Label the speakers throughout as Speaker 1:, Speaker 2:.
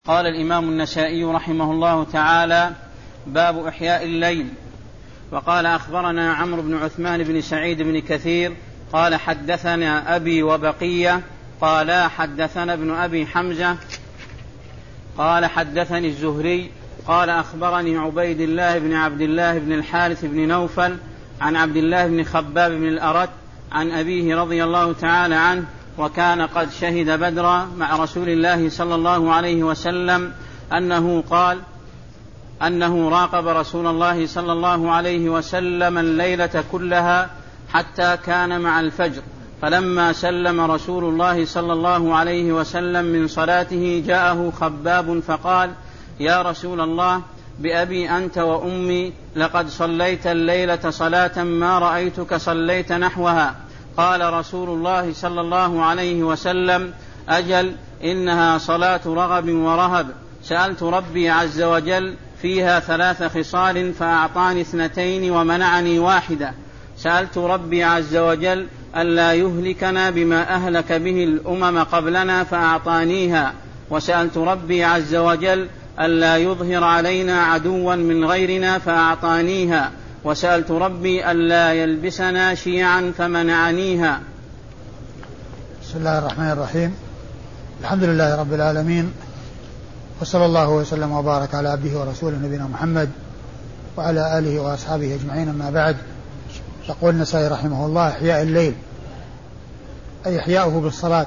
Speaker 1: قال الإمام النسائي رحمه الله تعالى: باب إحياء الليل. وقال: أخبرنا عمرو بن عثمان بن سعيد بن كثير قال: حدثنا أبي وبقية قال: حدثنا ابن أبي حمزة قال: حدثني الزهري قال: أخبرني عبيد الله بن عبد الله بن الحارث بن نوفل عن عبد الله بن خباب بن الأرت عن أبيه رضي الله تعالى عنه، وكان قد شهد بدرا مع رسول الله صلى الله عليه وسلم، أنه قال: أنه راقب رسول الله صلى الله عليه وسلم الليلة كلها حتى كان مع الفجر، فلما سلم رسول الله صلى الله عليه وسلم من صلاته جاءه خباب فقال: يا رسول الله، بأبي أنت وأمي، لقد صليت الليلة صلاة ما رأيتك صليت نحوها. قال رسول الله صلى الله عليه وسلم: أجل، إنها صلاة رغب ورهب. سألت ربي عز وجل فيها 3 خصال فأعطاني 2 ومنعني 1. سألت ربي عز وجل ألا يهلكنا بما أهلك به الأمم قبلنا فأعطانيها، وسألت ربي عز وجل ألا يظهر علينا عدوا من غيرنا فأعطانيها، وسألت ربي ألا يلبسنا شيعا فمنعنيها.
Speaker 2: بسم الله الرحمن الرحيم. الحمد لله رب العالمين، وصلى الله وسلم وبارك على عبده ورسوله نبينا محمد وعلى آله وأصحابه أجمعين، أما بعد. يقول النسائي رحمه الله: إحياء الليل، أي إحياؤه بالصلاة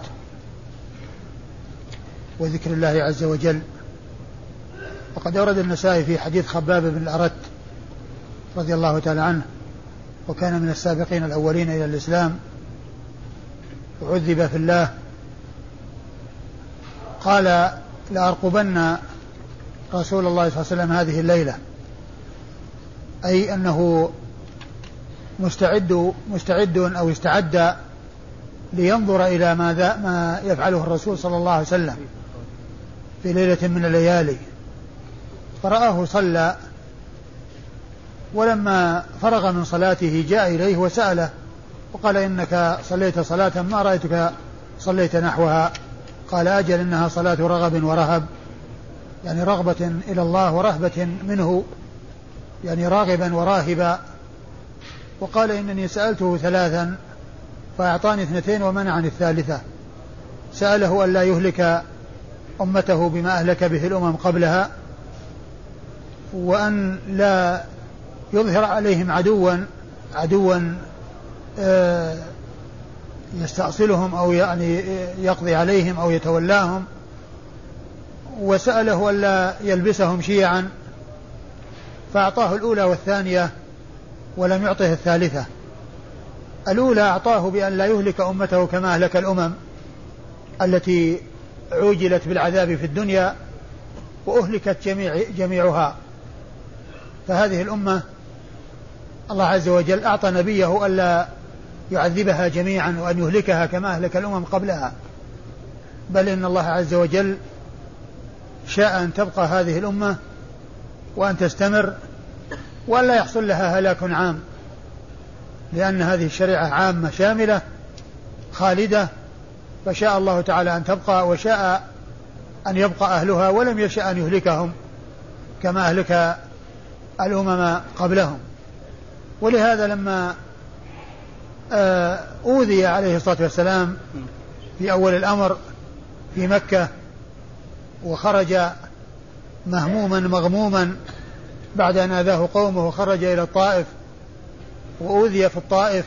Speaker 2: وذكر الله عز وجل. وقد أورد النسائي في حديث خباب بن الأرت رضي الله تعالى عنه، وكان من السابقين الأولين إلى الإسلام، وعذب في الله، قال: لأرقبن رسول الله صلى الله عليه وسلم هذه الليلة، أي أنه مستعد أو استعد لينظر إلى ما يفعله الرسول صلى الله عليه وسلم في ليلة من الليالي، فرآه صلى، ولما فرغ من صلاته جاء إليه وسأله وقال: إنك صليت صلاة ما رأيتك صليت نحوها. قال: أجل، إنها صلاة رغب ورهب، يعني رغبة إلى الله ورهبة منه، يعني راغبا وراهبا. وقال: إنني سألته 3 فأعطاني 2 ومنعني 3. سأله ألا يهلك أمته بما أهلك به الأمم قبلها، وأن لا يظهر عليهم عدوا يستأصلهم أو يعني يقضي عليهم أو يتولاهم، وسأله ألا يلبسهم شيعا، فأعطاه الأولى والثانية ولم يعطه الثالثة. الأولى أعطاه بأن لا يهلك أمته كما أهلك الأمم التي عوجلت بالعذاب في الدنيا وأهلكت جميعها. فهذه الأمة الله عز وجل أعطى نبيه ألا يعذبها جميعا وأن يهلكها كما أهلك الأمم قبلها، بل إن الله عز وجل شاء أن تبقى هذه الأمة وأن تستمر وأن لا يحصل لها هلاك عام، لأن هذه الشريعة عامة شاملة خالدة، فشاء الله تعالى أن تبقى وشاء أن يبقى أهلها، ولم يشاء أن يهلكهم كما أهلك الأمم قبلهم. ولهذا لما أوذي عليه الصلاة والسلام في أول الأمر في مكة، وخرج مهموما مغموما بعد أن أذاه قومه، وخرج إلى الطائف وأوذي في الطائف،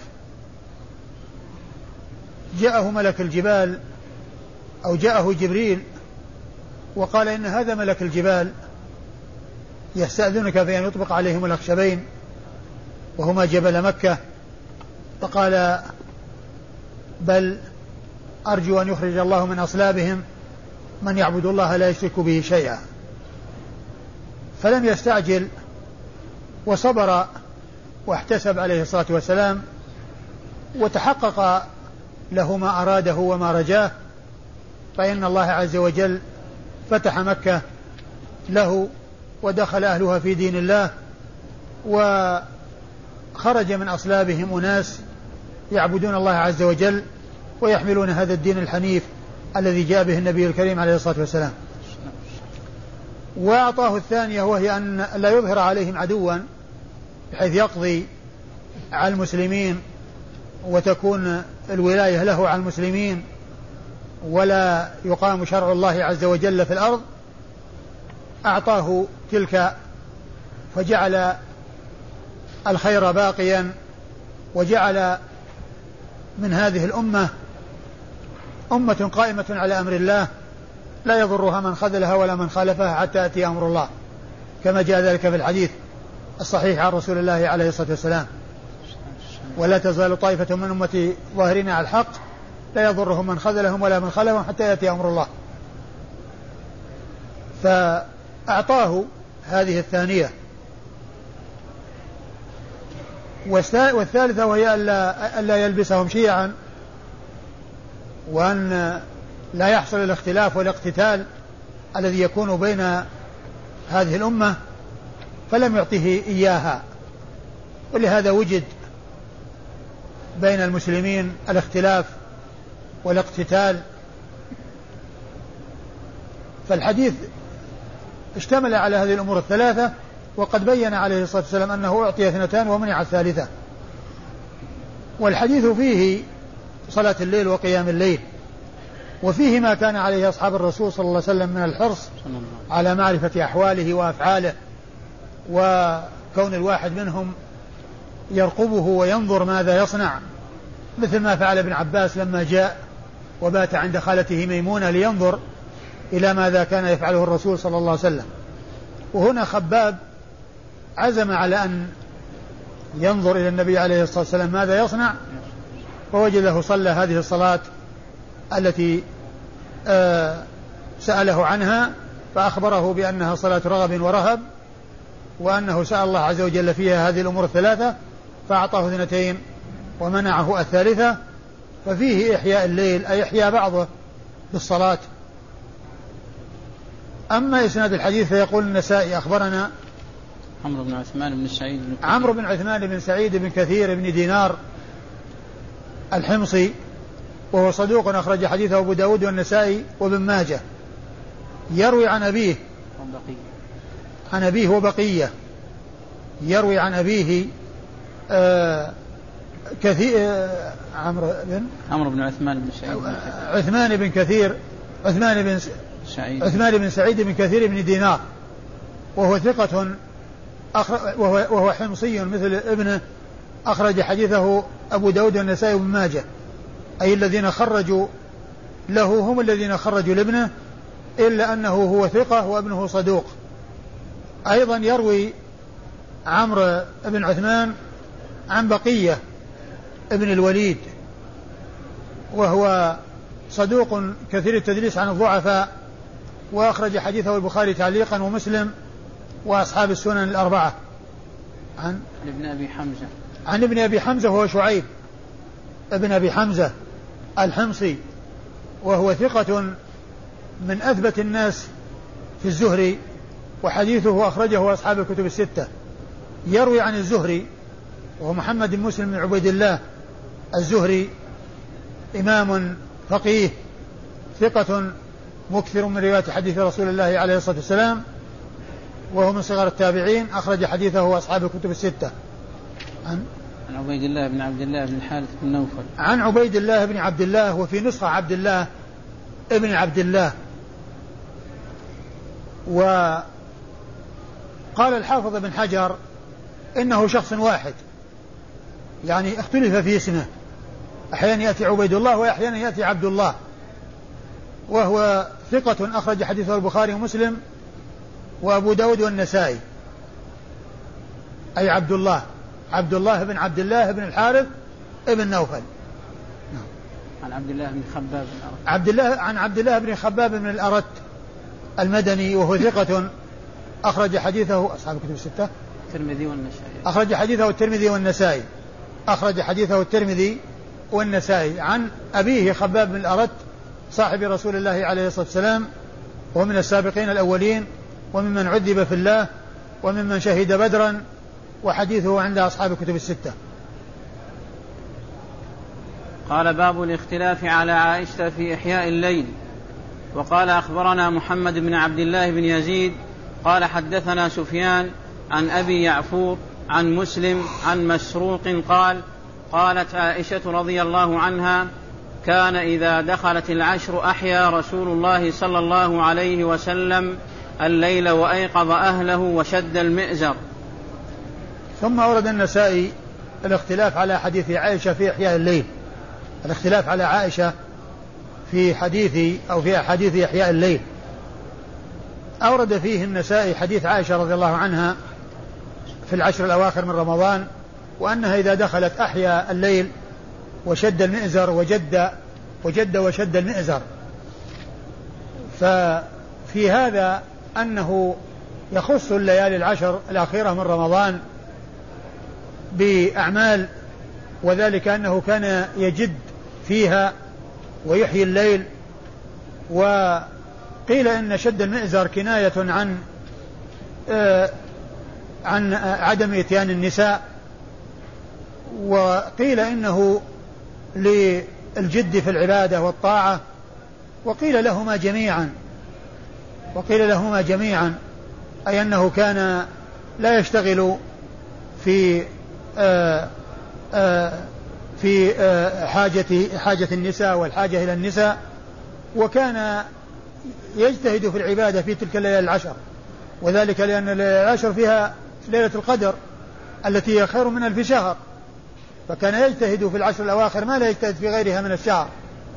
Speaker 2: جاءه ملك الجبال أو جاءه جبريل وقال: إن هذا ملك الجبال يستأذنك في أن يطبق عليهم الأخشبين وهما جبل مكة. فقال: بل أرجو أن يخرج الله من أصلابهم من يعبد الله لا يشرك به شيئا. فلم يستعجل وصبر واحتسب عليه الصلاة والسلام، وتحقق له ما أراده وما رجاه، فإن الله عز وجل فتح مكة له ودخل أهلها في دين الله، وخرج من أصلابهم أناس يعبدون الله عز وجل ويحملون هذا الدين الحنيف الذي جاء به النبي الكريم عليه الصلاة والسلام. وأعطاه الثانية وهي أن لا يظهر عليهم عدوا بحيث يقضي على المسلمين وتكون الولاية له على المسلمين ولا يقام شرع الله عز وجل في الأرض. أعطاه تلك فجعل الخير باقيا، وجعل من هذه الأمة أمة قائمة على أمر الله لا يضرها من خذلها ولا من خالفها حتى يأتي أمر الله، كما جاء ذلك في الحديث الصحيح عن رسول الله عليه الصلاة والسلام: ولا تزال طائفة من أمتي ظاهرين على الحق لا يضرهم من خذلهم ولا من خالفهم حتى يأتي أمر الله. فأعطاه هذه الثانية. والثالثة وهي ألا يلبسهم شيعا، وأن لا يحصل الاختلاف والاقتتال الذي يكون بين هذه الأمة، فلم يعطه إياها. ولهذا وجد بين المسلمين الاختلاف والاقتتال. فالحديث اشتمل على هذه الأمور الثلاثة، وقد بين عليه الصلاة والسلام أنه أعطي 2 ومنع 3. والحديث فيه صلاة الليل وقيام الليل، وفيه ما كان عليه أصحاب الرسول صلى الله عليه وسلم من الحرص على معرفة أحواله وأفعاله، وكون الواحد منهم يرقبه وينظر ماذا يصنع، مثل ما فعل ابن عباس لما جاء وبات عند خالته ميمونة لينظر إلى ماذا كان يفعله الرسول صلى الله عليه وسلم. وهنا خباب عزم على أن ينظر إلى النبي عليه الصلاة والسلام ماذا يصنع، فوجده صلى هذه الصلاة التي سأله عنها، فأخبره بأنها صلاة رغب ورهب، وأنه سأل الله عز وجل فيها هذه الأمور الثلاثة، فأعطاه 2 ومنعه 3. ففيه إحياء الليل أي إحياء بعضه بالصلاة. أما إسناد الحديث فيقول النسائي: أخبرنا
Speaker 1: عمرو بن عثمان بن سعيد
Speaker 2: عمرو بن عثمان بن سعيد بن كثير بن دينار الحمصي، وهو صدوق أخرج حديثه أبو داود والنسائي وابن ماجه. يروي عن أبيه وبقية. يروي عن أبيه كثير
Speaker 1: عمرو بن عثمان بن سعيد
Speaker 2: عثمان بن سعيد بن كثير بن دينار، وهو ثقة وهو حمصي مثل ابنه، أخرج حديثه أبو داود والنسائي وابن ماجه، أي الذين خرجوا له هم الذين خرجوا لابنه، إلا أنه هو ثقة وابنه صدوق. أيضا يروي عمرو بن عثمان عن بقية ابن الوليد، وهو صدوق كثير التدليس عن الضعفاء، وأخرج حديثه البخاري تعليقا ومسلم وأصحاب السنن الأربعة. عن ابن أبي حمزة وهو شعيب ابن أبي حمزة الحمصي، وهو ثقة من أثبت الناس في الزهري، وحديثه أخرجه أصحاب الكتب الستة. يروي عن الزهري وهو محمد بن مسلم بن عبيد الله الزهري، إمام فقيه ثقة مكثر من رواية حديث رسول الله عليه الصلاة والسلام، وهو من صغار التابعين، أخرج حديثه أصحاب الكتب الستة.
Speaker 1: عن عبيد الله بن عبد الله بن الحارث بن نوفل.
Speaker 2: عن عبيد الله بن عبد الله، وفي نسخة عبد الله ابن عبد الله. وقال الحافظ بن حجر إنه شخص واحد، يعني اختلف في اسمه، أحيانا يأتي عبيد الله وأحيانا يأتي عبد الله، وهو ثقة أخرج حديثه البخاري ومسلم وأبو داود والنسائي، أي عبد الله بن عبد الله بن الحارث ابن نوفل.
Speaker 1: عن عبد الله بن خباب
Speaker 2: عن عبد الله بن خباب بن الأرت المدني، وهو ثقة أخرج حديثه أصحاب الكتب الستة، أخرج حديثه الترمذي والنسائي. عن أبيه خباب بن الأرت صاحب رسول الله عليه الصلاة والسلام، ومن السابقين الأولين، وممن عذب في الله، وممن شهد بدرا، وحديثه عند أصحاب الكتب الستة.
Speaker 1: قال: باب الاختلاف على عائشة في إحياء الليل. وقال: أخبرنا محمد بن عبد الله بن يزيد قال حدثنا سفيان عن أبي يعفور عن مسلم عن مسروق قال قالت عائشة رضي الله عنها كان إذا دخلت العشر أحيا رسول الله صلى الله عليه وسلم الليل وأيقظ أهله وشد المئزر.
Speaker 2: ثم أورد النسائي الاختلاف على حديث عائشة في إحياء الليل، الاختلاف على عائشة في حديث أو في أحاديث إحياء الليل. أورد فيه النسائي حديث عائشة رضي الله عنها في العشر الأواخر من رمضان، وأنها إذا دخلت أحيا الليل وشد المئزر وجد وشد المئزر. ففي هذا أنه يخص الليالي العشر الأخيرة من رمضان بأعمال، وذلك أنه كان يجد فيها ويحيي الليل. وقيل إن شد المئزر كناية عن عدم إتيان النساء، وقيل إنه للجد في العبادة والطاعة، وقيل لهما جميعا أي أنه كان لا يشتغل في حاجة النساء والحاجة إلى النساء، وكان يجتهد في العبادة في تلك الليلة العشر، وذلك لأن الليلة العشر فيها ليلة القدر التي هي خير من 1000 شهر، فكان يجتهد في العشر الأواخر ما لا يجتهد في غيرها من الشهر.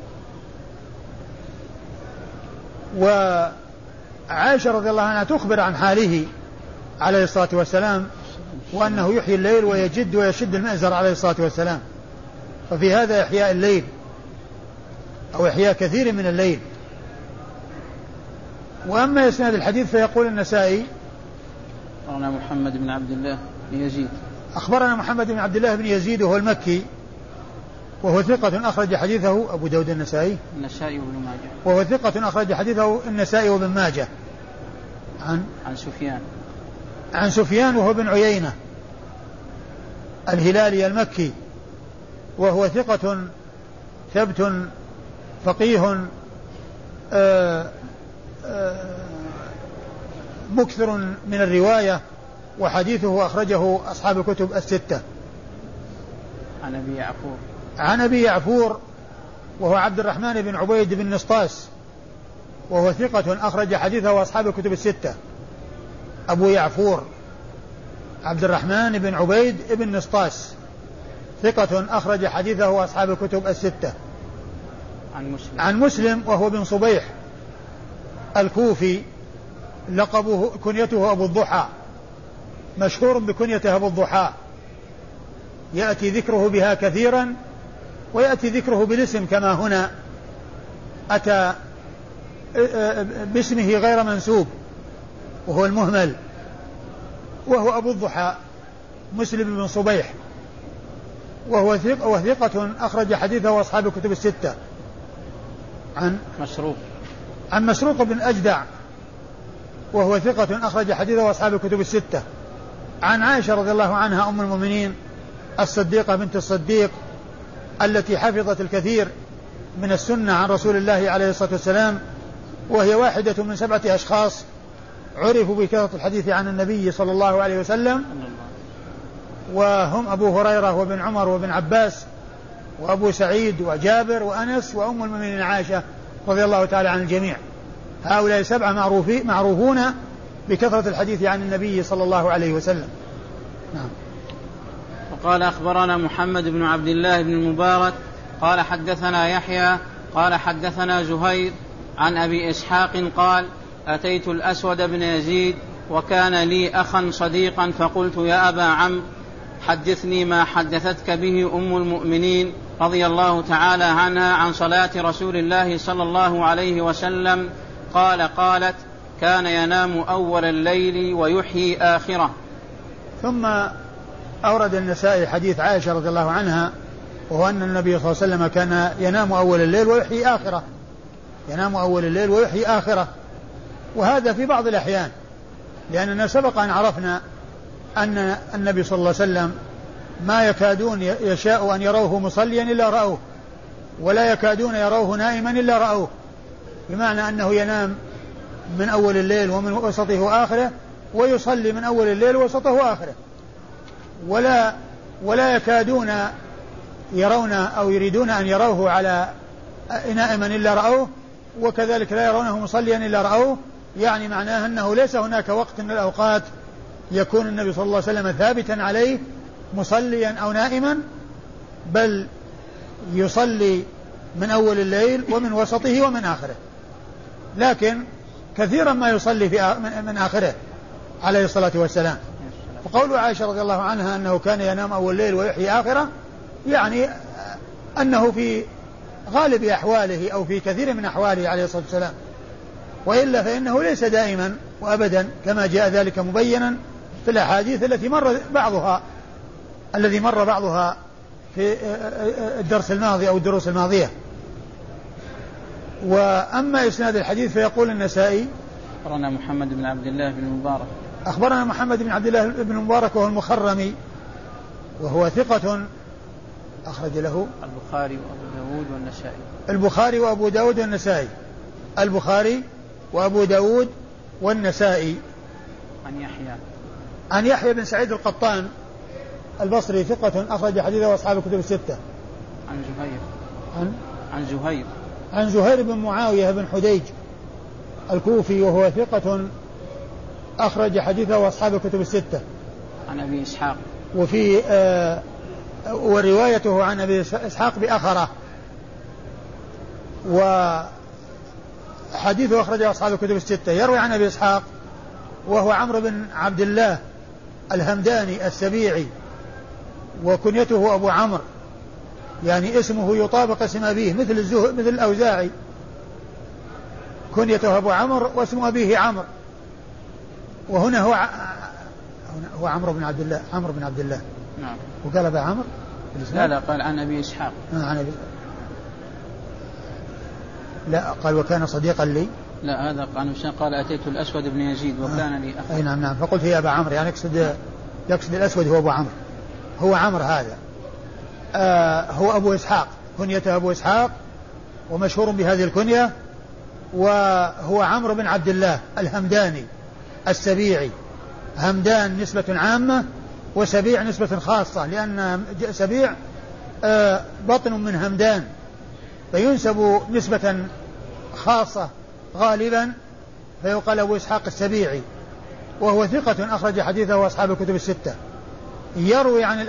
Speaker 2: وعائشة رضي الله عنها تخبر عن حاله عليه الصلاة والسلام، وأنه يحيي الليل ويجد ويشد المئزر عليه الصلاة والسلام. ففي هذا إحياء الليل أو إحياء كثير من الليل. وأما إسناد الحديث فيقول النسائي
Speaker 1: أخبرنا محمد بن عبد الله بن يزيد،
Speaker 2: أخبرنا محمد بن عبد الله بن يزيد وهو المكي، وهو ثقة أخرج حديثه أبو داود النسائي
Speaker 1: وابن ماجه،
Speaker 2: وهو ثقة أخرج حديثه النسائي وابن ماجه. عن سفيان وهو بن عيينة الهلالي المكي، وهو ثقة ثبت فقيه مكثر من الرواية، وحديثه أخرجه أصحاب الكتب الستة. عن أبي يعفور وهو عبد الرحمن بن عبيد بن نسطاس، وهو ثقة أخرج حديثه أصحاب الكتب الستة. أبو يعفور عبد الرحمن بن عبيد بن نسطاس ثقة أخرج حديثه أصحاب الكتب الستة. عن مسلم وهو بن صبيح الكوفي، لقبه كنيته أبو الضحى، مشهور بكنيته أبو الضحى، يأتي ذكره بها كثيرا ويأتي ذكره بالاسم كما هنا أتى باسمه غير منسوب وهو المهمل، وهو أبو الضحى مسلم بن صبيح، وهو ثقة أخرج حديثه أصحاب الكتب الستة. عن مسروق بن أجدع وهو ثقة أخرج حديثه أصحاب الكتب الستة. عن عائشة رضي الله عنها أم المؤمنين الصديقة بنت الصديق التي حفظت الكثير من السنة عن رسول الله عليه الصلاة والسلام، وهي واحدة من 7 أشخاص عرفوا بكثرة الحديث عن النبي صلى الله عليه وسلم، وهم أبو هريرة وابن عمر وابن عباس وأبو سعيد وجابر وأنس وأم المؤمنين عائشة رضي الله تعالى عن الجميع. هؤلاء 7 معروفون بكثرة الحديث عن النبي صلى الله عليه وسلم. نعم.
Speaker 1: وقال أخبرنا محمد بن عبد الله بن المبارك قال حدثنا يحيى قال حدثنا زهير عن أبي إسحاق قال أتيت الأسود بن يزيد وكان لي أخا صديقا فقلت يا أبا عمرو حدثني ما حدثتك به أم المؤمنين رضي الله تعالى عنها عن صلاة رسول الله صلى الله عليه وسلم. قالت كان ينام أول الليل ويحيي آخره.
Speaker 2: ثم أورد النسائي حديث عائشة رضي الله عنها، وهو أن النبي صلى الله عليه وسلم كان ينام أول الليل ويحيي آخره، ينام أول الليل ويحيي آخره. وهذا في بعض الأحيان، لأننا سبق أن عرفنا أن النبي صلى الله عليه وسلم ما يكادون يشاء أن يروه مصليا إلا رأوه، ولا يكادون يروه نائما إلا رأوه، بمعنى أنه ينام من أول الليل ومن وسطه وآخره، ويصلي من أول الليل ووسطه وآخره، ولا يكادون يرون أو يريدون أن يروه على نائما إلا رأوه، وكذلك لا يرونه مصليا إلا رأوه. يعني معناه أنه ليس هناك وقت من الأوقات يكون النبي صلى الله عليه وسلم ثابتا عليه مصليا أو نائما، بل يصلي من أول الليل ومن وسطه ومن آخره، لكن كثيرا ما يصلي من آخره عليه الصلاة والسلام. وقول عائشة رضي الله عنها أنه كان ينام أول الليل ويحيي آخره، يعني أنه في غالب أحواله أو في كثير من أحواله عليه الصلاة والسلام، وإلا فإنه ليس دائما وأبدا كما جاء ذلك مبينا في الأحاديث التي مر بعضها في الدرس الماضي أو الدروس الماضية. وأما إسناد الحديث فيقول النسائي
Speaker 1: أخبرنا محمد بن عبد الله بن المبارك،
Speaker 2: أخبرنا محمد بن عبد الله بن المبارك وهو المخرمي، وهو ثقة أخرج له
Speaker 1: البخاري وأبو داود والنسائي.
Speaker 2: البخاري وأبو داود والنسائي. البخاري وأبو داود والنسائي. عن يحيى بن سعيد القطان البصري ثقة أخرج حديثه أصحاب الكتب الستة. عن زهير بن معاوية بن حديج الكوفي وهو ثقة أخرج حديثه أصحاب الكتب الستة.
Speaker 1: عن أبي إسحاق،
Speaker 2: وفي وروايته عن أبي إسحاق بأخره، وحديثه أخرجه أصحاب الكتب الستة. يروي عن أبي إسحاق وهو عمرو بن عبد الله الهمداني السبيعي، وكنيته أبو عمرو، يعني اسمه يطابق اسم أبيه مثل الأوزاعي، كنيته أبو عمرو واسم أبيه عمرو، وهنا هو عمرو بن عبد الله.
Speaker 1: نعم.
Speaker 2: وقال أبا عمرو؟
Speaker 1: لا قال عن أبي إسحاق.
Speaker 2: لا قال وكان صديقا لي.
Speaker 1: لا هذا قال أتيت الأسود بن يزيد وكان لي أخ.
Speaker 2: أي نعم. فقلت يا أبا عمرو، يعني يقصد الأسود هو أبو عمرو، هو عمرو هذا. هو أبو إسحاق، كنيته أبو إسحاق ومشهور بهذه الكنية، وهو عمرو بن عبد الله الهمداني السبيعي. همدان نسبة عامة وسبيع نسبة خاصة، لأن سبيع بطن من همدان، فينسب نسبة خاصة غالبا فيقال أبو إسحاق السبيعي، وهو ثقة أخرج حديثه أصحاب الكتب الستة. يروي عن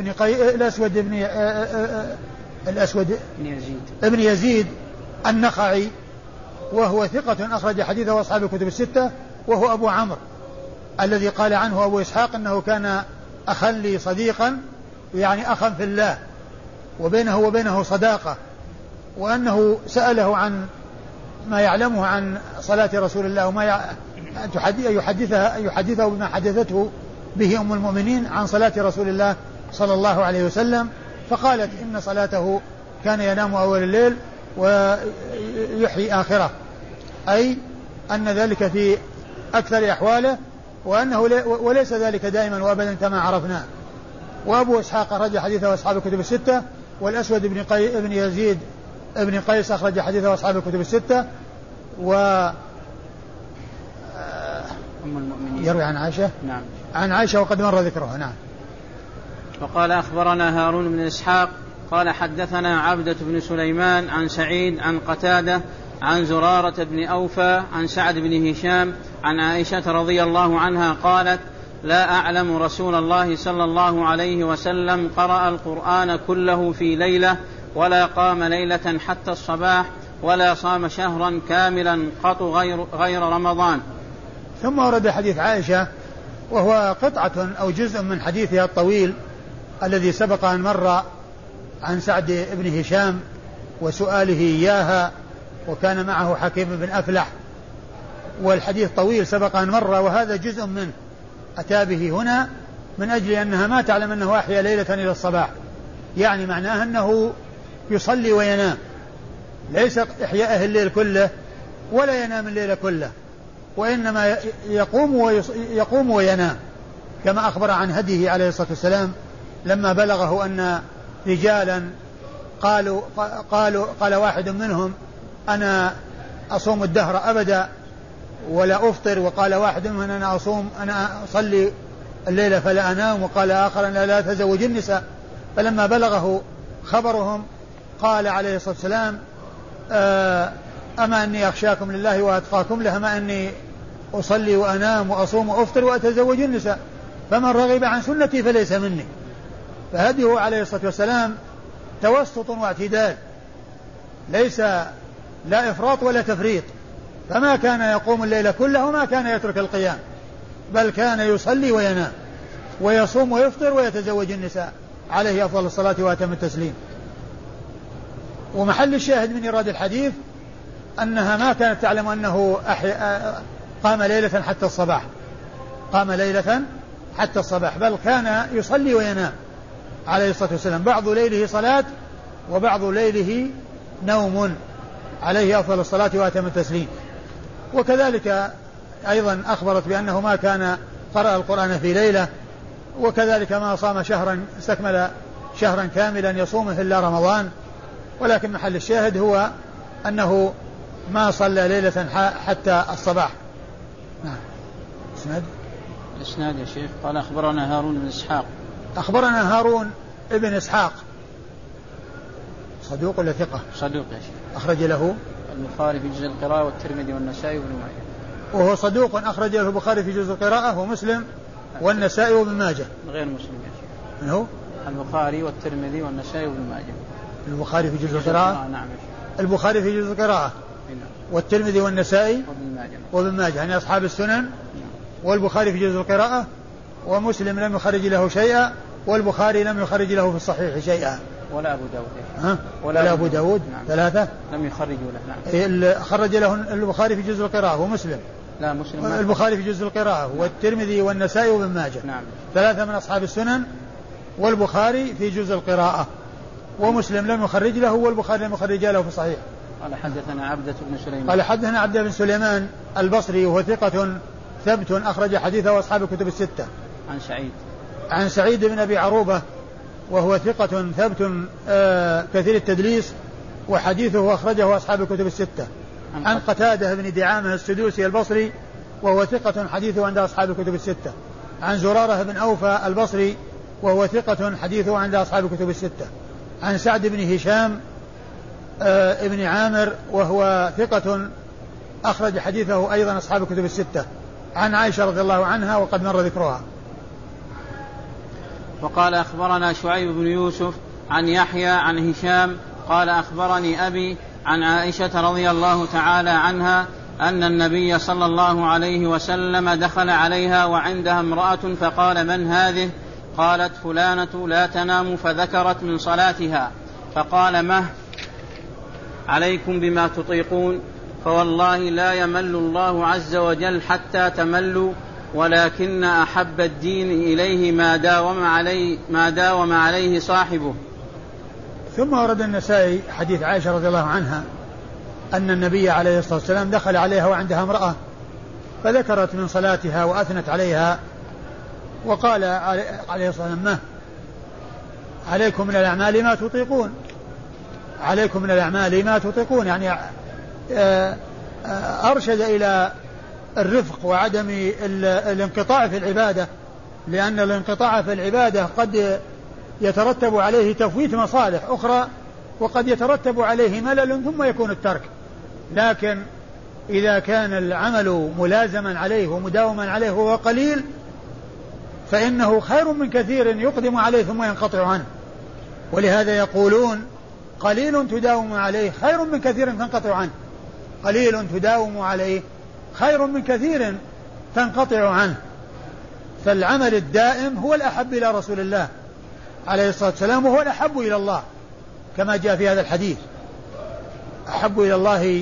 Speaker 2: الأسود بن يزيد النخعي، وهو ثقة أخرج حديثه أصحاب الكتب الستة، وهو أبو عمرو الذي قال عنه أبو إسحاق أنه كان أخا لي صديقا، يعني أخا في الله وبينه وبينه صداقة، وأنه سأله عن ما يعلمه عن صلاة رسول الله وما يحدثه بما حدثته به أم المؤمنين عن صلاة رسول الله صلى الله عليه وسلم، فقالت إن صلاته كان ينام أول الليل ويحيي آخره، أي أن ذلك في أكثر أحواله، وأنه وليس ذلك دائما وأبدا كما عرفنا. وأبو إسحاق أخرج حديثه أصحاب الكتب الستة، والأسود بن يزيد ابن قيس أخرج حديثه أصحاب الكتب الستة.
Speaker 1: أم المؤمنين
Speaker 2: يروي عن عائشة.
Speaker 1: نعم.
Speaker 2: عن عائشة وقد مر ذكرها. نعم.
Speaker 1: وقال أخبرنا هارون بن إسحاق قال حدثنا عبدة بن سليمان عن سعيد عن قتادة عن زرارة بن أوفى عن سعد بن هشام عن عائشة رضي الله عنها قالت لا أعلم رسول الله صلى الله عليه وسلم قرأ القرآن كله في ليلة ولا قام ليلة حتى الصباح ولا صام شهرا كاملا قط غير رمضان.
Speaker 2: ثم ورد حديث عائشة وهو قطعة أو جزء من حديثها الطويل الذي سبق أن مر عن سعد بن هشام وسؤاله إياها، وكان معه حكيم بن أفلح، والحديث طويل سبق أن مر، وهذا جزء منه أتى به هنا من أجل أنها ما تعلم أنه أحيا ليلة إلى الصباح، يعني معناه أنه يصلي وينام، ليس إحياءه الليل كله ولا ينام الليل كله، وإنما يقوم وينام، كما أخبر عن هديه عليه الصلاة والسلام لما بلغه أن رجالا قال واحد منهم أنا أصوم الدهر أبدا ولا أفطر، وقال واحد منهم أنا أصوم أنا أصلي الليلة فلا أنام، وقال آخر أنا لا أتزوج النساء. فلما بلغه خبرهم قال عليه الصلاة والسلام أما أني أخشاكم لله وأتقاكم له، ما أني أصلي وأنام وأصوم وأفطر وأتزوج النساء، فمن رغب عن سنتي فليس مني. فهديه عليه الصلاة والسلام توسط واعتدال، ليس لا إفراط ولا تفريط، فما كان يقوم الليل كله وما كان يترك القيام، بل كان يصلي وينام ويصوم ويفطر ويتزوج النساء عليه أفضل الصلاة وأتم التسليم. ومحل الشاهد من إيراد الحديث أنها ما كانت تعلم أنه قام ليلة حتى الصباح، قام ليلة حتى الصباح، بل كان يصلي وينام عليه الصلاة والسلام، بعض ليله صلاة وبعض ليله نوم عليه أفضل الصلاة وأتم التسليم. وكذلك أيضا أخبرت بأنه ما كان قرأ القرآن في ليلة، وكذلك ما صام شهرا استكمل شهرا كاملا يصومه إلا رمضان. ولكن محل الشاهد هو أنه ما صلى ليلة حتى الصباح. نعم.
Speaker 1: الإسناد يا شيخ. قال أخبرنا هارون بن إسحاق.
Speaker 2: أخبرنا هارون ابن إسحاق صدوق ولا ثقة؟
Speaker 1: صدوق يا شيخ.
Speaker 2: أخرج له
Speaker 1: البخاري في جزء القراءة والترمذي والنسائي وابن ماجه.
Speaker 2: وهو صدوق أخرج له البخاري في جزء القراءة ومسلم والنسائي وابن ماجه.
Speaker 1: غير مسلم يا شيخ.
Speaker 2: من هو؟
Speaker 1: البخاري والترمذي والنسائي وابن ماجه.
Speaker 2: البخاري في جزء القراءة.
Speaker 1: نعم يا شيخ.
Speaker 2: البخاري في جزء القراءة والترمذي والنسائي وابن ماجه يعني أصحاب السنن. والبخاري في جزء القراءة، ومسلم لم يخرج له شيئا، والبخاري لم يخرج له في الصحيح شيئا.
Speaker 1: ولا أبو داود.
Speaker 2: ولا أبو داود.
Speaker 1: نعم.
Speaker 2: ثلاثة
Speaker 1: لم يخرجوا له. نعم.
Speaker 2: خرج له البخاري في جزء القراءة ومسلم.
Speaker 1: لا مسلم.
Speaker 2: البخاري في جزء القراءة والترمذي والنسائي وابن ماجه.
Speaker 1: نعم.
Speaker 2: ثلاثة من أصحاب السنن، والبخاري في جزء القراءة، ومسلم لم يخرج له، والبخاري لم يخرج له في الصحيح.
Speaker 1: قال حدثنا عبدة بن سليمان.
Speaker 2: قال حدثنا عبدة بن سليمان البصري وهو ثقة ثبت أخرج حديثه أصحاب الكتب الستة. عن سعيد بن أبي عروبة وهو ثقة ثبت كثير التدليس وحديثه أخرجه أصحاب الكتب الستة. عن قتادة بن دعامة السدوسي البصري وهو ثقة حديثه عند أصحاب الكتب الستة. عن زرارة بن أوفى البصري وهو ثقة حديثه عند أصحاب الكتب الستة. عن سعد بن هشام ابن عامر وهو ثقة أخرج حديثه أيضا أصحاب الكتب الستة. عن عائشة رضي الله عنها وقد مر ذكرها.
Speaker 1: وقال أخبرنا شعيب بن يوسف عن يحيى عن هشام قال أخبرني أبي عن عائشة رضي الله تعالى عنها أن النبي صلى الله عليه وسلم دخل عليها وعندها امرأة فقال من هذه؟ قالت فلانة لا تنام، فذكرت من صلاتها فقال مه عليكم بما تطيقون، فوالله لا يمل الله عز وجل حتى تملوا، ولكن أحب الدين إليه ما داوم عليه صاحبه.
Speaker 2: ثم ورد النسائي حديث عائشة رضي الله عنها أن النبي عليه الصلاة والسلام دخل عليها وعندها امرأة فذكرت من صلاتها وأثنت عليها، وقال عليه الصلاة والسلام عليكم من الأعمال ما تطيقون، عليكم من الأعمال ما تطيقون، يعني أرشد إلى الرفق وعدم الانقطاع في العبادة، لأن الانقطاع في العبادة قد يترتب عليه تفويت مصالح أخرى، وقد يترتب عليه ملل ثم يكون الترك. لكن إذا كان العمل ملازما عليه ومداوما عليه وهو قليل فإنه خير من كثير يقدم عليه ثم ينقطع عنه. ولهذا يقولون قليل تداوم عليه خير من كثير تنقطع عنه، قليل تداوم عليه خير من كثير تنقطع عنه. فالعمل الدائم هو الأحب إلى رسول الله عليه الصلاة والسلام، وهو الأحب إلى الله كما جاء في هذا الحديث، أحب إلى الله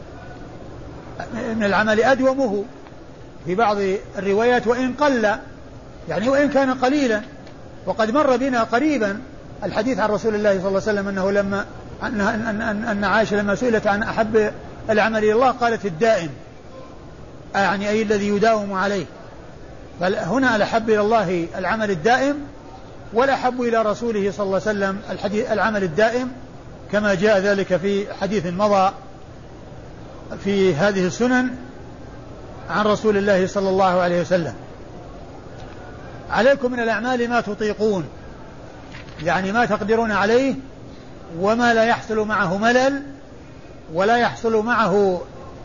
Speaker 2: من العمل أدومه في بعض الروايات وإن قل، يعني وإن كان قليلا. وقد مر بنا قريبا الحديث عن رسول الله صلى الله عليه وسلم أنه لما أن عائشة لما سئلت عن أحب العمل إلى الله قالت الدائم، يعني أي الذي يداوم عليه. فهنا الأحب إلى الله العمل الدائم، والأحب إلى رسوله صلى الله عليه وسلم العمل الدائم، كما جاء ذلك في حديث مضى في هذه السنن عن رسول الله صلى الله عليه وسلم: عليكم من الأعمال ما تطيقون، يعني ما تقدرون عليه وما لا يحصل معه ملل ولا يحصل معه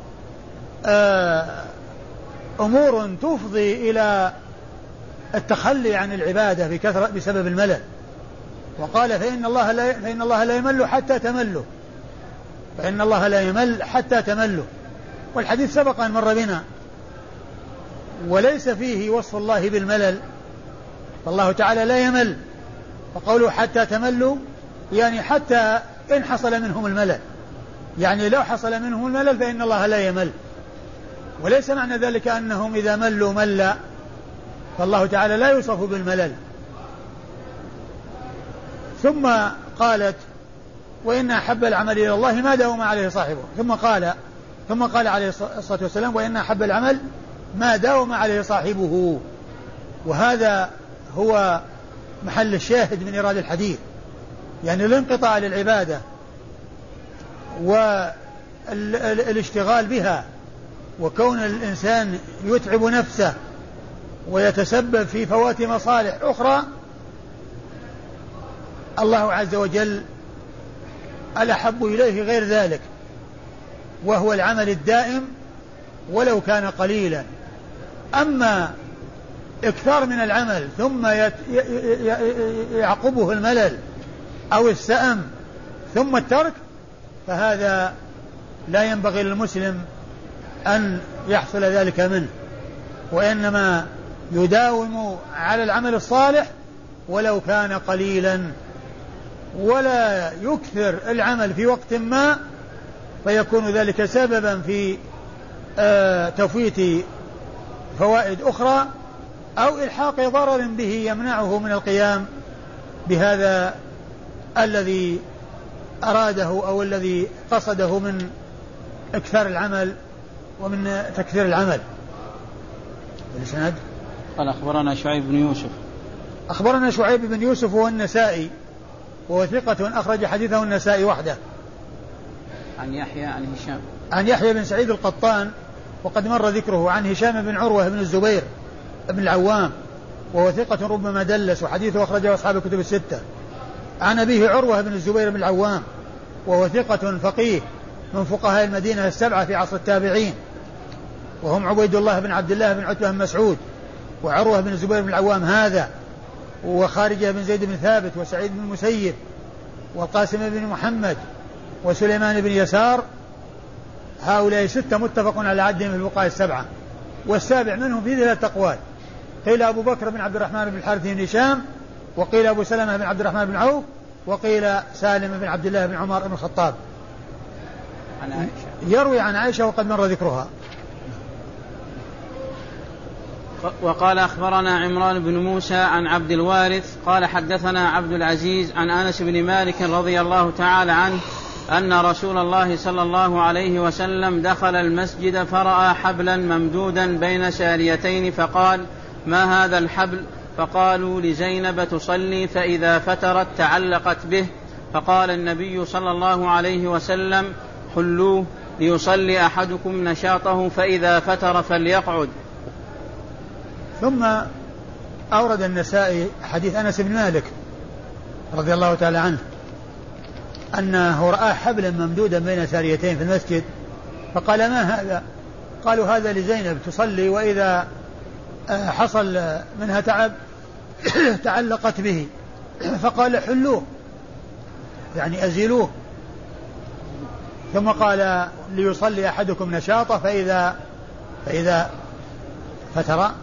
Speaker 2: أمور تفضي إلى التخلي عن العبادة بكثرة بسبب الملل. وقال: فإن الله لا يمل حتى تملوا، فإن الله لا يمل حتى تملوا. والحديث سبق أن مر بنا، وليس فيه وصف الله بالملل، فالله تعالى لا يمل، فقوله حتى تملوا يعني حتى إن حصل منهم الملل، يعني لو حصل منهم الملل فإن الله لا يمل. وليس معنى ذلك أنهم إذا ملوا ملا، فالله تعالى لا يوصف بالملل. ثم قالت: وإن أحب العمل إلى الله ما داوم عليه صاحبه. ثم قال عليه الصلاة والسلام: وإن أحب العمل ما داوم عليه صاحبه. وهذا هو محل الشاهد من إيراد الحديث، يعني الانقطاع للعبادة والاشتغال بها، وكون الإنسان يتعب نفسه ويتسبب في فوات مصالح أخرى، الله عز وجل الأحب إليه غير ذلك، وهو العمل الدائم ولو كان قليلا. أما إكثار من العمل ثم يعقبه الملل أو السأم ثم الترك، فهذا لا ينبغي للمسلم أن يحصل ذلك منه، وإنما يداوم على العمل الصالح ولو كان قليلا، ولا يكثر العمل في وقت ما فيكون ذلك سببا في تفويت فوائد أخرى أو إلحاق ضرر به يمنعه من القيام بهذا الذي أراده أو الذي قصده من إكثار العمل ومن تكثير العمل. الإسناد
Speaker 1: قال: أخبرنا شعيب بن يوسف.
Speaker 2: أخبرنا شعيب بن يوسف هو النسائي، وهو ثقة أخرج حديثه النسائي وحده.
Speaker 1: عن يحيى عن هشام،
Speaker 2: عن يحيى بن سعيد القطان وقد مر ذكره. عن هشام بن عروة بن الزبير بن العوام، وهو ثقة ربما دلس، وحديثه أخرجه أصحاب الكتب الستة. عن أبيه عروة بن الزبير بن العوام، وهو ثقة فقيه من فقهاء المدينة السبعة في عصر التابعين، وهم عبيد الله بن عبد الله بن عتبة بن مسعود، وعروة بن الزبير بن العوام هذا، وخارجة بن زيد بن ثابت، وسعيد بن المسيب، والقاسم بن محمد، وسليمان بن يسار. هؤلاء ستة متفق على عدهم في الفقهاء السبعة، والسابع منهم في ثلاثة أقوال: قيل أبو بكر بن عبد الرحمن بن الحارث بن هشام، وقيل أبو سلمة بن عبد الرحمن بن عوف، وقيل سالم بن عبد الله بن عمر بن الخطاب.
Speaker 1: عن عائشة.
Speaker 2: يروي عن عائشة وقد مر ذكرها.
Speaker 1: وقال: أخبرنا عمران بن موسى عن عبد الوارث قال: حدثنا عبد العزيز عن أنس بن مالك رضي الله تعالى عنه أن رسول الله صلى الله عليه وسلم دخل المسجد فرأى حبلا ممدودا بين ساريتين، فقال: ما هذا الحبل؟ فقالوا: لزينب تصلي فإذا فترت تعلقت به. فقال النبي صلى الله عليه وسلم: حلوه ليصلي أحدكم نشاطه فإذا فتر فليقعد.
Speaker 2: ثم أورد النسائي حديث أنس بن مالك رضي الله تعالى عنه أنه رأى حبلا ممدودا بين ساريتين في المسجد، فقال: ما هذا؟ قالوا: هذا لزينب تصلي وإذا حصل منها تعب تعلقت به. فقال: حلوه يعني أزيلوه. ثم قال: ليصلي أحدكم نشاطه فإذا فتر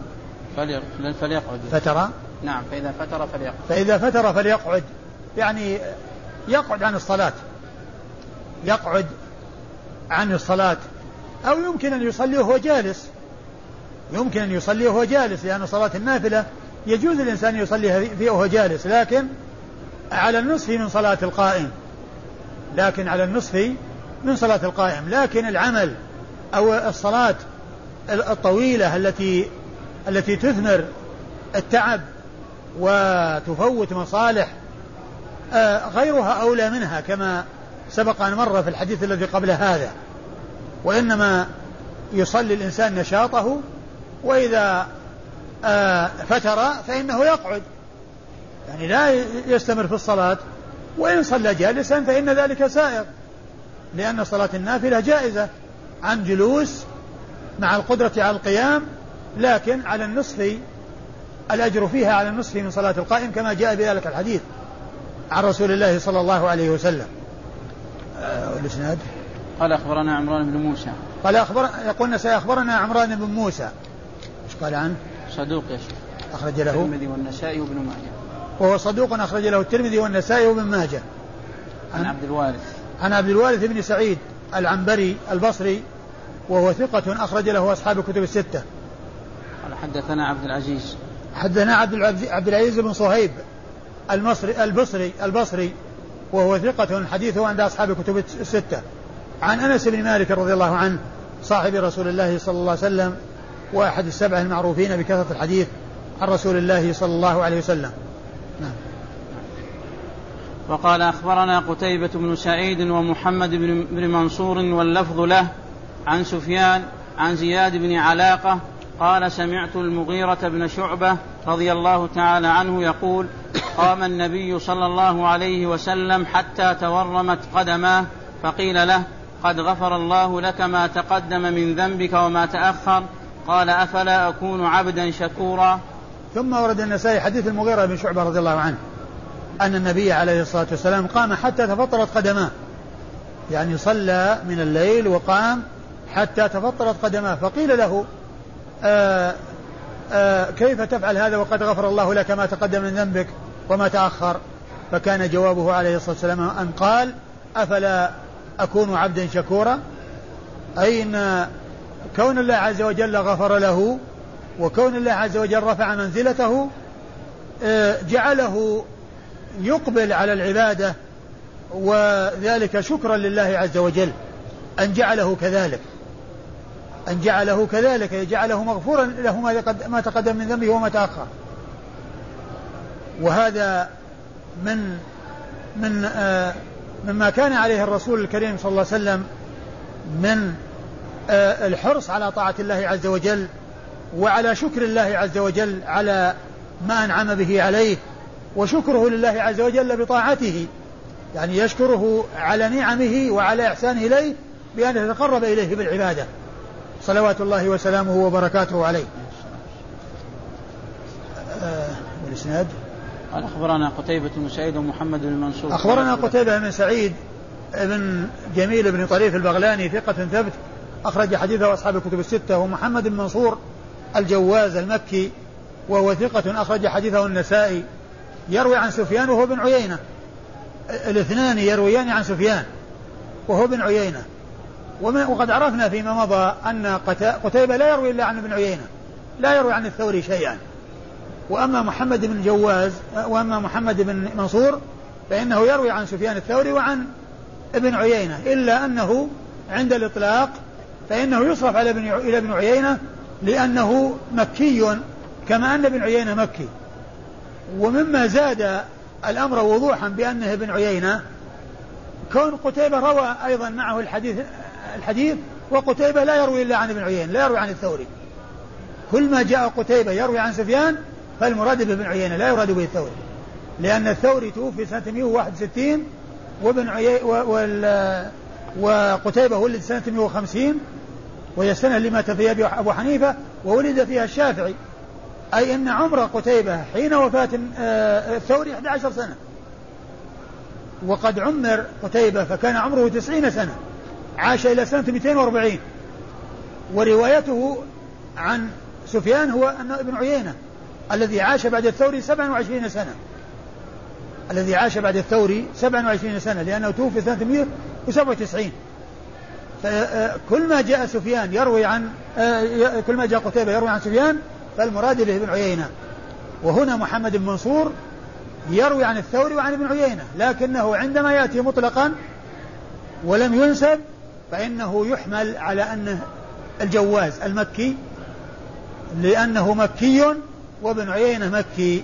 Speaker 2: فتر
Speaker 1: نعم
Speaker 2: فإذا فتر فليقعد، يعني يقعد عن الصلاة، يقعد عن الصلاة، أو يمكن أن يصلي وهو جالس، يمكن أن يصلي وهو جالس، لأن صلاة النافلة يجوز الإنسان يصلي فيها وهو جالس، لكن على النصف من صلاة القائم، لكن العمل أو الصلاة الطويلة التي تثمر التعب وتفوت مصالح غيرها أولى منها، كما سبق أن مر في الحديث الذي قبل هذا. وإنما يصلي الإنسان نشاطه، وإذا فتر فإنه يقعد، يعني لا يستمر في الصلاة، وإن صلى جالسا فإن ذلك سائغ، لأن صلاة النافلة جائزة عن جلوس مع القدرة على القيام، لكن على النصف، الأجر فيها على النصف من صلاة القائم، كما جاء بذلك الحديث عن رسول الله صلى الله عليه وسلم. الإسناد
Speaker 1: قال أخبرنا عمران بن موسى،
Speaker 2: قال يقولنا سيخبرنا عمران بن موسى. ايش قال عنه؟
Speaker 1: صدوق يا شيخ،
Speaker 2: أخرج له
Speaker 1: الترمذي والنسائي وابن ماجه،
Speaker 2: وهو صدوق أخرج له الترمذي والنسائي وابن ماجه.
Speaker 1: عن
Speaker 2: عبد الوارث بن سعيد العنبري البصري، وهو ثقة أخرج له أصحاب الكتب الستة.
Speaker 1: قال حدثنا
Speaker 2: عبد العزيز بن صهيب البصري وهو ثقة حديثه عند أصحاب الكتب الستة. عن أنس بن مالك رضي الله عنه صاحب رسول الله صلى الله عليه وسلم، وأحد السبعة المعروفين بكثرة الحديث عن رسول الله صلى الله عليه وسلم. نعم.
Speaker 1: وقال أخبرنا قتيبة بن سعيد ومحمد بن منصور واللفظ له، عن سفيان عن زياد بن علاقة قال سمعت المغيرة بن شعبة رضي الله تعالى عنه يقول قام النبي صلى الله عليه وسلم حتى تورمت قدماه، فقيل له قد غفر الله لك ما تقدم من ذنبك وما تأخر، قال أفلا أكون عبدا شكورا.
Speaker 2: ثم ورد النسائي حديث المغيرة بن شعبة رضي الله عنه أن النبي عليه الصلاة والسلام قام حتى تفطرت قدماه، يعني صلى من الليل وقام حتى تفطرت قدماه، فقيل له كيف تفعل هذا وقد غفر الله لك ما تقدم من ذنبك وما تأخر؟ فكان جوابه عليه الصلاة والسلام أن قال أفلا أكون عبدا شكورا، أي أن كون الله عز وجل غفر له وكون الله عز وجل رفع منزلته جعله يقبل على العبادة، وذلك شكرا لله عز وجل أن جعله كذلك يجعله مغفورا له ما تقدم من ذنبه وما تأخر. وهذا مما كان عليه الرسول الكريم صلى الله عليه وسلم من الحرص على طاعة الله عز وجل، وعلى شكر الله عز وجل على ما أنعم به عليه، وشكره لله عز وجل بطاعته، يعني يشكره على نعمه وعلى إحسانه إليه بأن يتقرب إليه بالعبادة صلوات الله وسلامه وبركاته عليه. والإسناد
Speaker 1: قال أخبرنا قتيبة بن سعيد ومحمد بن منصور.
Speaker 2: أخبرنا قتيبة بن سعيد بن جميل بن طريف البغلاني ثقة ثبت أخرج حديثه أصحاب الكتب الستة، ومحمد بن منصور الجواز المكي وهو ثقة أخرج حديثه النسائي، يروي عن سفيان وهو بن عيينة، الاثنان يرويان عن سفيان وهو بن عيينة. وقد عرفنا فيما مضى أن قتيبة لا يروي إلا عن ابن عيينة، لا يروي عن الثوري شيئا. وأما محمد بن منصور فإنه يروي عن سفيان الثوري وعن ابن عيينة، إلا أنه عند الإطلاق فإنه يصرف إلى ابن عيينة لأنه مكي كما أن ابن عيينة مكي. ومما زاد الأمر وضوحا بأنه ابن عيينة كون قتيبة روى أيضا معه الحديث، وقتيبة لا يروي إلا عن ابن عيينة، لا يروي عن الثوري. كل ما جاء قتيبة يروي عن سفيان فالمراد بابن عيينة لا يراد به الثوري، لأن الثوري توفي سنة 161 وقتيبة ولد سنة 150، وهي السنة اللي مات فيها أبو حنيفة وولد فيها الشافعي، أي أن عمر قتيبة حين وفاة الثوري 11 سنة، وقد عمر قتيبة فكان عمره 90 سنة، عاش إلى سنة 240. وروايته عن سفيان هو أن ابن عيينة الذي عاش بعد الثوري 27 سنة، لأنه توفي سنة 197. فكل ما جاء سفيان يروي عن كل ما جاء قتيبة يروي عن سفيان فالمراد به ابن عيينة. وهنا محمد بن منصور يروي عن الثوري وعن ابن عيينة، لكنه عندما يأتي مطلقا ولم ينسب فإنه يحمل على أنه الجواز المكي، لأنه مكي وابن عيينة مكي.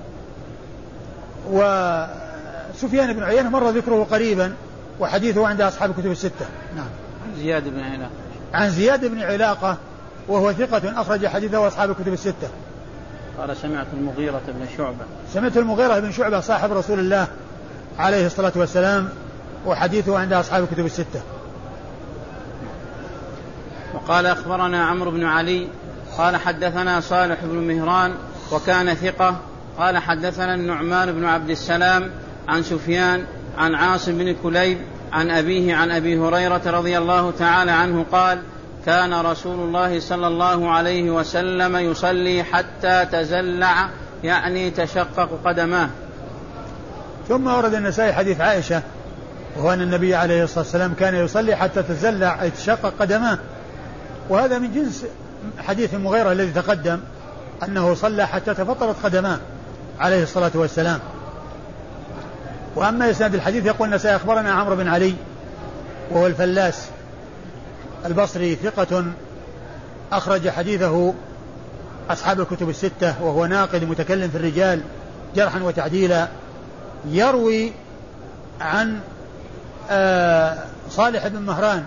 Speaker 2: وسفيان بن عيينة مر ذكره قريبا وحديثه عند أصحاب الكتب الستة. نعم.
Speaker 1: زياد بن علاقة.
Speaker 2: عن زياد بن علاقة وهو ثقة أخرج حديثه أصحاب الكتب الستة.
Speaker 1: قال سمعت المغيرة بن شعبة.
Speaker 2: سمعت المغيرة بن شعبة صاحب رسول الله عليه الصلاة والسلام وحديثه عند أصحاب الكتب الستة.
Speaker 1: وقال أخبرنا عمرو بن علي قال حدثنا صالح بن مهران وكان ثقة قال حدثنا النعمان بن عبد السلام عن سفيان عن عاصم بن كليب عن أبيه عن أبي هريرة رضي الله تعالى عنه قال كان رسول الله صلى الله عليه وسلم يصلي حتى تزلع يعني تشقق قدماه.
Speaker 2: ثم ورد النسائي حديث عائشة وهو أن النبي عليه الصلاة والسلام كان يصلي حتى تزلع أي تشقق قدماه، وهذا من جنس حديث المغيرة الذي تقدم أنه صلى حتى تفطرت قدماه عليه الصلاة والسلام. وأما إسناد الحديث يقول النسائي أخبرنا عمرو بن علي وهو الفلاس البصري ثقة أخرج حديثه أصحاب الكتب الستة وهو ناقد متكلم في الرجال جرحا وتعديلا، يروي عن صالح بن مهران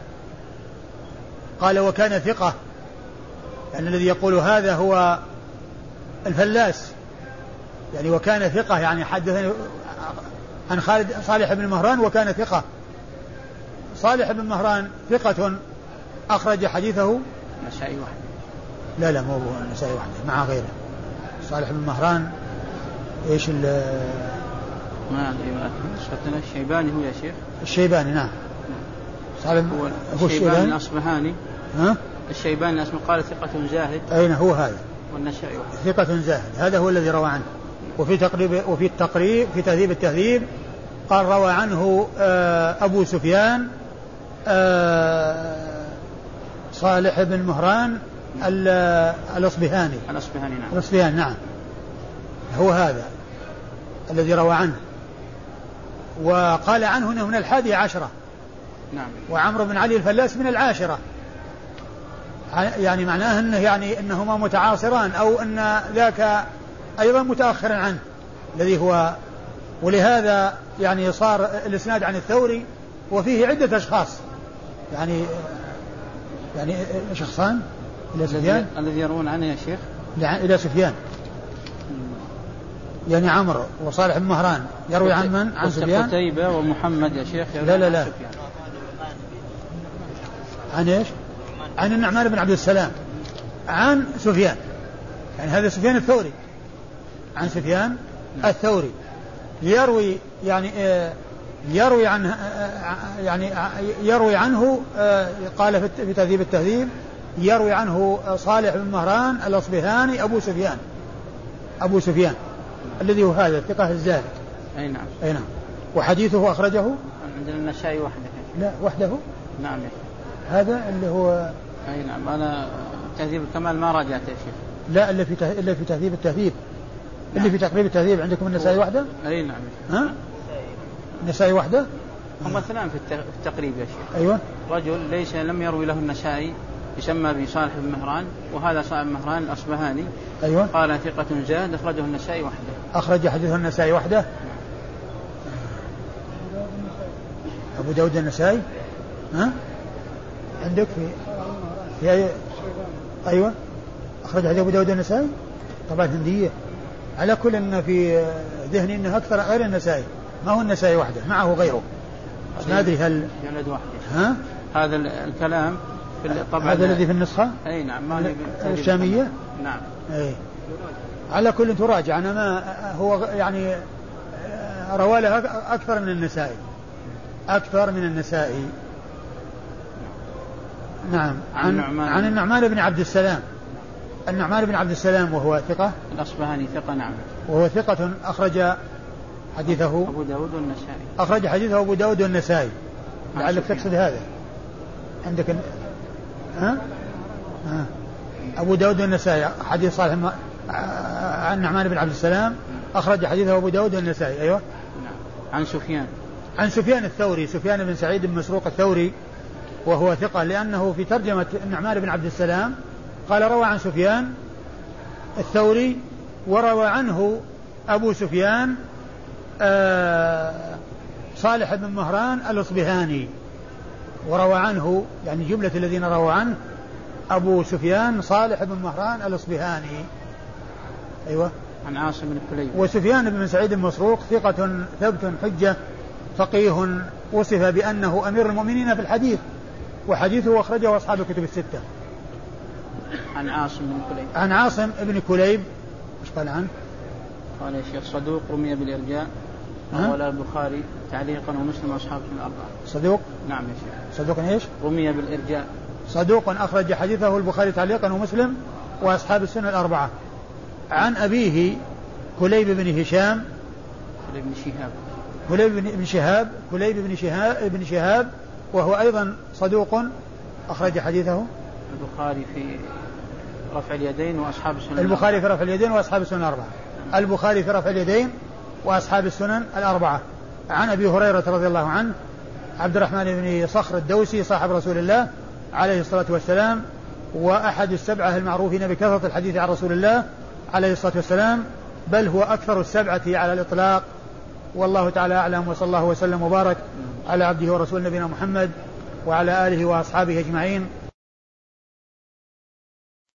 Speaker 2: قال وكان ثقة، يعني الذي يقول هذا هو الفلاس يعني وكان ثقة، يعني حدثني عن خالد صالح بن مهران وكان ثقة. صالح بن مهران ثقة أخرج حديثه
Speaker 1: النسائي وحده.
Speaker 2: لا مو النسائي وحده مع غيره. صالح بن مهران ايش
Speaker 1: ما ادري الشيباني هو يا شيخ.
Speaker 2: الشيباني نعم. صالح
Speaker 1: هو الشيباني الأصبهاني.
Speaker 2: ها؟
Speaker 1: الشيباني اسمه قال ثقة زاهد.
Speaker 2: أين هو هذا؟
Speaker 1: والنسائي وحده.
Speaker 2: ثقة زاهد هذا هو الذي روى عنه. وفي التقريب في تهذيب التهذيب قال روى عنه أبو سفيان صالح بن مهران الأصبهاني.
Speaker 1: الأصبهاني نعم.
Speaker 2: الأصبهاني نعم هو هذا الذي روى عنه، وقال عنه أنه من 11.
Speaker 1: نعم.
Speaker 2: وعمرو بن علي الفلاس من 10، يعني معناه أنه يعني أنهما متعاصران أو أن ذاك أيضا متأخرا عنه الذي هو، ولهذا يعني صار الإسناد عن الثوري وفيه عدة أشخاص يعني شخصان إلى سفيان
Speaker 1: الذي يروون عنه يا شيخ
Speaker 2: إلى سفيان، يعني عمرو وصالح بن مهران يروي عن من؟ عن سفيان.
Speaker 1: قتيبة ومحمد يا شيخ.
Speaker 2: لا عن ايش؟ عن النعمان بن عبد السلام عن سفيان، يعني هذا سفيان الثوري عن سفيان الثوري يروي يروي عنه قال في تهذيب التهذيب يروي عنه صالح بن مهران الأصبهاني أبو سفيان الذي هو هذا الثقة الزاهد.
Speaker 1: أي نعم.
Speaker 2: وحديثه أخرجه
Speaker 1: عندنا النسائي وحده.
Speaker 2: لا وحده.
Speaker 1: نعم.
Speaker 2: هذا اللي هو.
Speaker 1: أي نعم. أنا تهذيب الكمال ما راجعت يا شيخ.
Speaker 2: لا اللي في تهذيب التهذيب. نعم. اللي في تقريب التهذيب عندكم النسائي وحده.
Speaker 1: أي نعم.
Speaker 2: ها؟ النسائي وحده.
Speaker 1: هم اثنان في التقريب يا شيخ.
Speaker 2: أيوة.
Speaker 1: رجل لم يروي له النسائي يسمى بصالح بن مهران، وهذا صالح بن مهران الأصبهاني.
Speaker 2: أيوة.
Speaker 1: قال ثقة زاهد أخرجه النسائي وحده.
Speaker 2: أخرج حديثه النسائي وحده. أبو داود النسائي. ها؟ عندك في أي. أيوة. أخرج حديث أبو داود النسائي طبعا هندية، على كل أن في ذهني أنه أكثر غير النسائي، ما هو النسائي وحده معه غيره، ما أدري هل
Speaker 1: جلد واحد.
Speaker 2: ها؟
Speaker 1: هذا الكلام في
Speaker 2: طبعا هذا الذي في النسخة.
Speaker 1: أي نعم.
Speaker 2: الشامية.
Speaker 1: نعم.
Speaker 2: أي. على كل تراجع، أنا ما هو يعني روى له أكثر من النسائي. نعم. عن النعمان بن عبد السلام. النعمان بن عبد السلام وهو ثقة.
Speaker 1: الأصبهاني ثقة نعم.
Speaker 2: وهو ثقة أخرج حديثه
Speaker 1: أبو داود والنسائي.
Speaker 2: أخرج حديثه أبو داود والنسائي. لعلك تقصد هذا عندك. ها؟ أبو داود والنسائي حديث صالح عن النعمان بن عبد السلام أخرج حديثه أبو داود والنسائي. أيوة.
Speaker 1: نعم. عن
Speaker 2: سفيان الثوري، سفيان بن سعيد بن مسروق الثوري وهو ثقة، لأنه في ترجمة النعمان بن عبد السلام قال روى عن سفيان الثوري وروى عنه أبو سفيان صالح بن مهران الأصبهاني. وروى عنه يعني جملة الذين رووا عنه أبو سفيان صالح بن مهران الأصبهاني. أيوة.
Speaker 1: عن عاصم بن كليب.
Speaker 2: وسفيان بن سعيد المسروق ثقة ثبت حجة فقيه وصف بأنه أمير المؤمنين في الحديث، وحديثه أخرجه أصحاب الكتب الستة.
Speaker 1: عن عاصم بن كليب.
Speaker 2: عن عاصم بن كليب ايش قال عنه؟
Speaker 1: قال يا شيخ صدوق رمي بالإرجاء، ولا البخاري تعليقا ومسلم وأصحاب السنن الأربعة.
Speaker 2: صدوق؟
Speaker 1: نعم يا شيخ.
Speaker 2: صدوق ايش؟
Speaker 1: رمي بالإرجاء.
Speaker 2: صدوق أخرج حديثه البخاري تعليقا ومسلم وأصحاب السنن الأربعة. عن أبيه كليب بن هشام. كليب بن شهاب وهو أيضا صدوق أخرج حديثه
Speaker 1: البخاري في رفع اليدين وأصحاب السنن.
Speaker 2: البخاري في رفع اليدين وأصحاب السنن الأربعة. البخاري في رفع اليدين وأصحاب السنن الأربعة. عن أبي هريرة رضي الله عنه عبد الرحمن بن صخر الدوسي صاحب رسول الله عليه الصلاة والسلام، وأحد السبعة المعروفين بكثرة الحديث عن رسول الله عليه الصلاة والسلام، بل هو أكثر السبعة على الإطلاق. والله تعالى أعلم، وصلى الله وسلم وبارك على عبده ورسول نبينا محمد وعلى آله وأصحابه أجمعين.